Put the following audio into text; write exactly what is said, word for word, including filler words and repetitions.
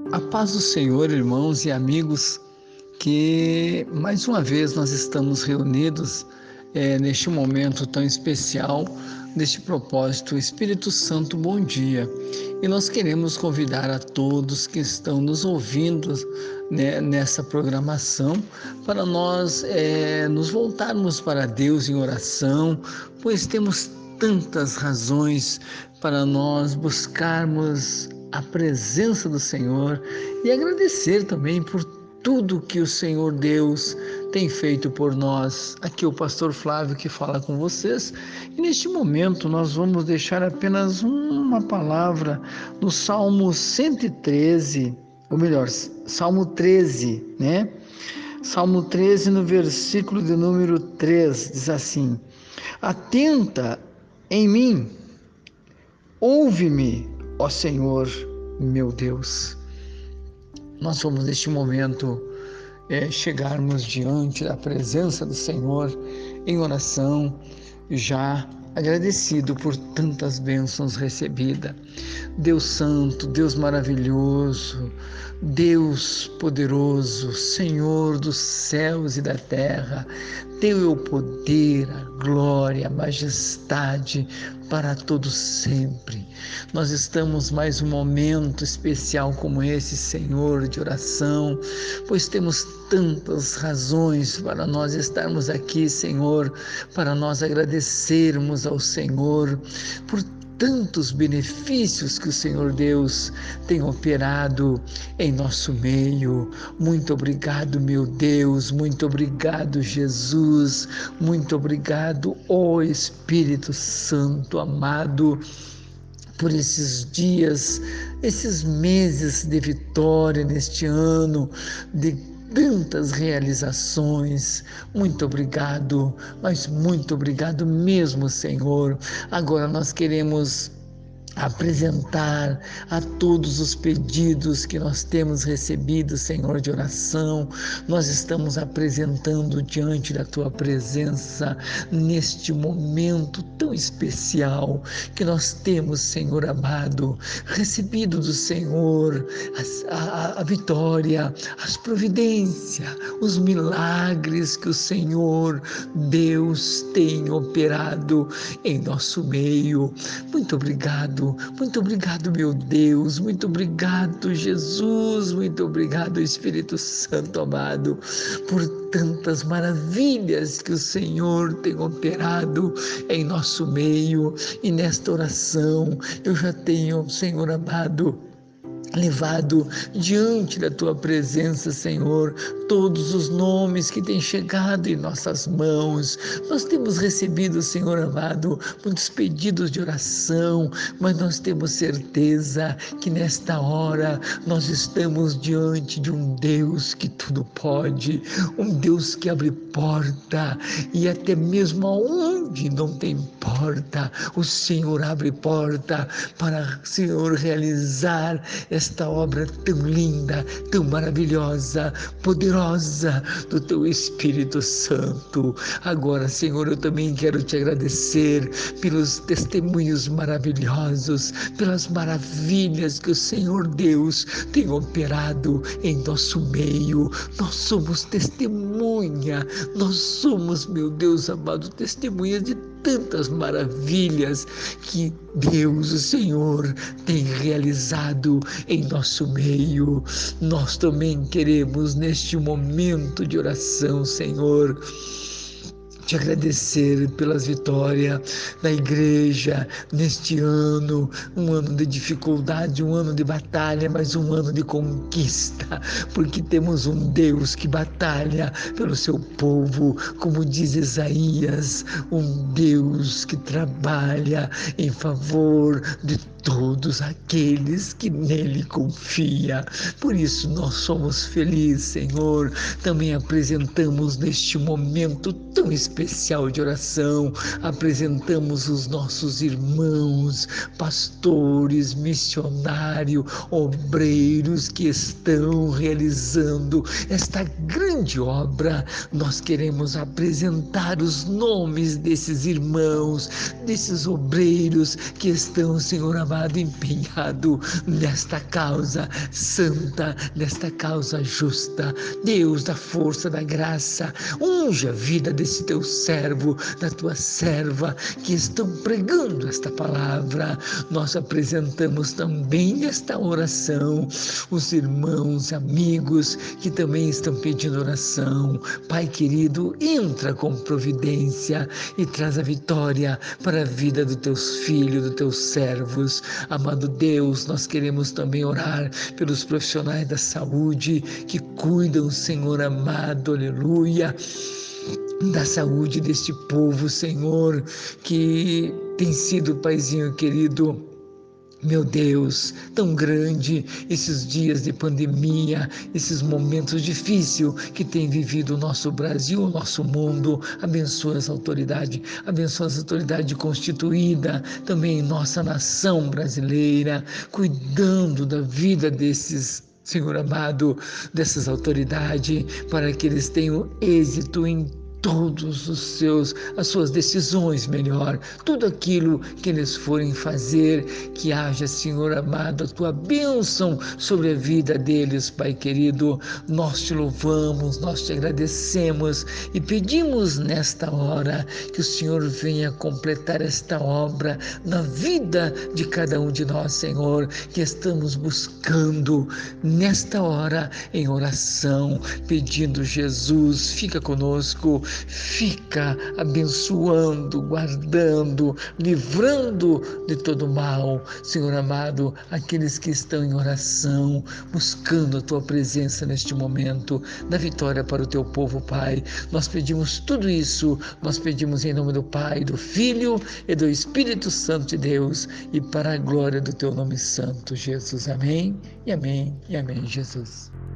A paz do Senhor, irmãos e amigos, que mais uma vez nós estamos reunidos é, neste momento tão especial, neste propósito. Espírito Santo, bom dia. E nós queremos convidar a todos que estão nos ouvindo, né, nessa programação, para nós é, nos voltarmos para Deus em oração, pois temos tantas razões para nós buscarmos a presença do Senhor e agradecer também por tudo que o Senhor Deus tem feito por nós. Aqui é o pastor Flávio que fala com vocês, e neste momento nós vamos deixar apenas uma palavra no Salmo cento e treze, ou melhor, Salmo treze, né? Salmo treze, no versículo de número três, diz assim: atenta em mim, ouve-me, ó Senhor, meu Deus. Nós vamos neste momento é, chegarmos diante da presença do Senhor em oração, já agradecido por tantas bênçãos recebidas. Deus Santo, Deus maravilhoso, Deus poderoso, Senhor dos céus e da terra, teu é o poder, a glória, a majestade para todos sempre. Nós estamos mais um momento especial como esse, Senhor, de oração, pois temos tantas razões para nós estarmos aqui, Senhor, para nós agradecermos ao Senhor por tantos benefícios que o Senhor Deus tem operado em nosso meio. Muito obrigado, meu Deus, muito obrigado, Jesus, muito obrigado, ó Espírito Santo amado, por esses dias, esses meses de vitória neste ano, de tantas realizações. Muito obrigado, mas muito obrigado mesmo, Senhor. Agora nós queremos apresentar a todos os pedidos que nós temos recebido, Senhor, de oração. Nós estamos apresentando diante da Tua presença neste momento tão especial que nós temos, Senhor amado, recebido do Senhor a, a, a vitória, as providências, os milagres que o Senhor Deus tem operado em nosso meio. Muito obrigado. Muito obrigado, meu Deus, muito obrigado, Jesus, muito obrigado, Espírito Santo amado, por tantas maravilhas que o Senhor tem operado em nosso meio. E nesta oração eu já tenho, Senhor amado, levado diante da Tua presença, Senhor, todos os nomes que têm chegado em nossas mãos. Nós temos recebido, Senhor amado, muitos pedidos de oração, mas nós temos certeza que nesta hora nós estamos diante de um Deus que tudo pode, um Deus que abre porta, e até mesmo aonde não tem porta, o Senhor abre porta para, Senhor, realizar esta obra tão linda, tão maravilhosa, poderosa do Teu Espírito Santo. Agora, Senhor, eu também quero Te agradecer pelos testemunhos maravilhosos, pelas maravilhas que o Senhor Deus tem operado em nosso meio. Nós somos testemunha, nós somos, meu Deus amado, testemunha de tantas maravilhas que Deus, o Senhor, tem realizado em nosso meio. Nós também queremos, neste momento de oração, Senhor, Te agradecer pelas vitórias da igreja neste ano, um ano de dificuldade, um ano de batalha, mas um ano de conquista, porque temos um Deus que batalha pelo seu povo, como diz Isaías, um Deus que trabalha em favor de todos aqueles que nele confia. Por isso nós somos felizes, Senhor. Também apresentamos neste momento tão especial especial de oração. Apresentamos os nossos irmãos, pastores, missionários, obreiros que estão realizando esta grande obra. Nós queremos apresentar os nomes desses irmãos, desses obreiros que estão, Senhor amado, empenhado nesta causa santa, nesta causa justa. Deus da força, da graça, unge a vida desse teu servo, da tua serva que estão pregando esta palavra. Nós apresentamos também nesta oração os irmãos, amigos que também estão pedindo oração. Pai querido, entra com providência e traz a vitória para a vida dos teus filhos, dos teus servos. Amado Deus, nós queremos também orar pelos profissionais da saúde que cuidam, Senhor amado, aleluia, da saúde deste povo, Senhor, que tem sido, Paizinho querido, meu Deus, tão grande esses dias de pandemia, esses momentos difíceis que tem vivido o nosso Brasil, o nosso mundo. Abençoa as autoridades, abençoa as autoridades constituídas, também nossa nação brasileira, cuidando da vida desses, Senhor amado, dessas autoridades, para que eles tenham êxito em todos os seus, as suas decisões, melhor, tudo aquilo que eles forem fazer, que haja, Senhor amado, a tua bênção sobre a vida deles, Pai querido. Nós te louvamos, nós te agradecemos e pedimos nesta hora que o Senhor venha completar esta obra na vida de cada um de nós, Senhor, que estamos buscando nesta hora em oração, pedindo, Jesus, fica conosco, fica abençoando, guardando, livrando de todo mal, Senhor amado, aqueles que estão em oração, buscando a tua presença neste momento, da vitória para o teu povo, Pai. Nós pedimos tudo isso, nós pedimos em nome do Pai, do Filho e do Espírito Santo de Deus, e para a glória do teu nome santo, Jesus. Amém, e amém, e amém, Jesus.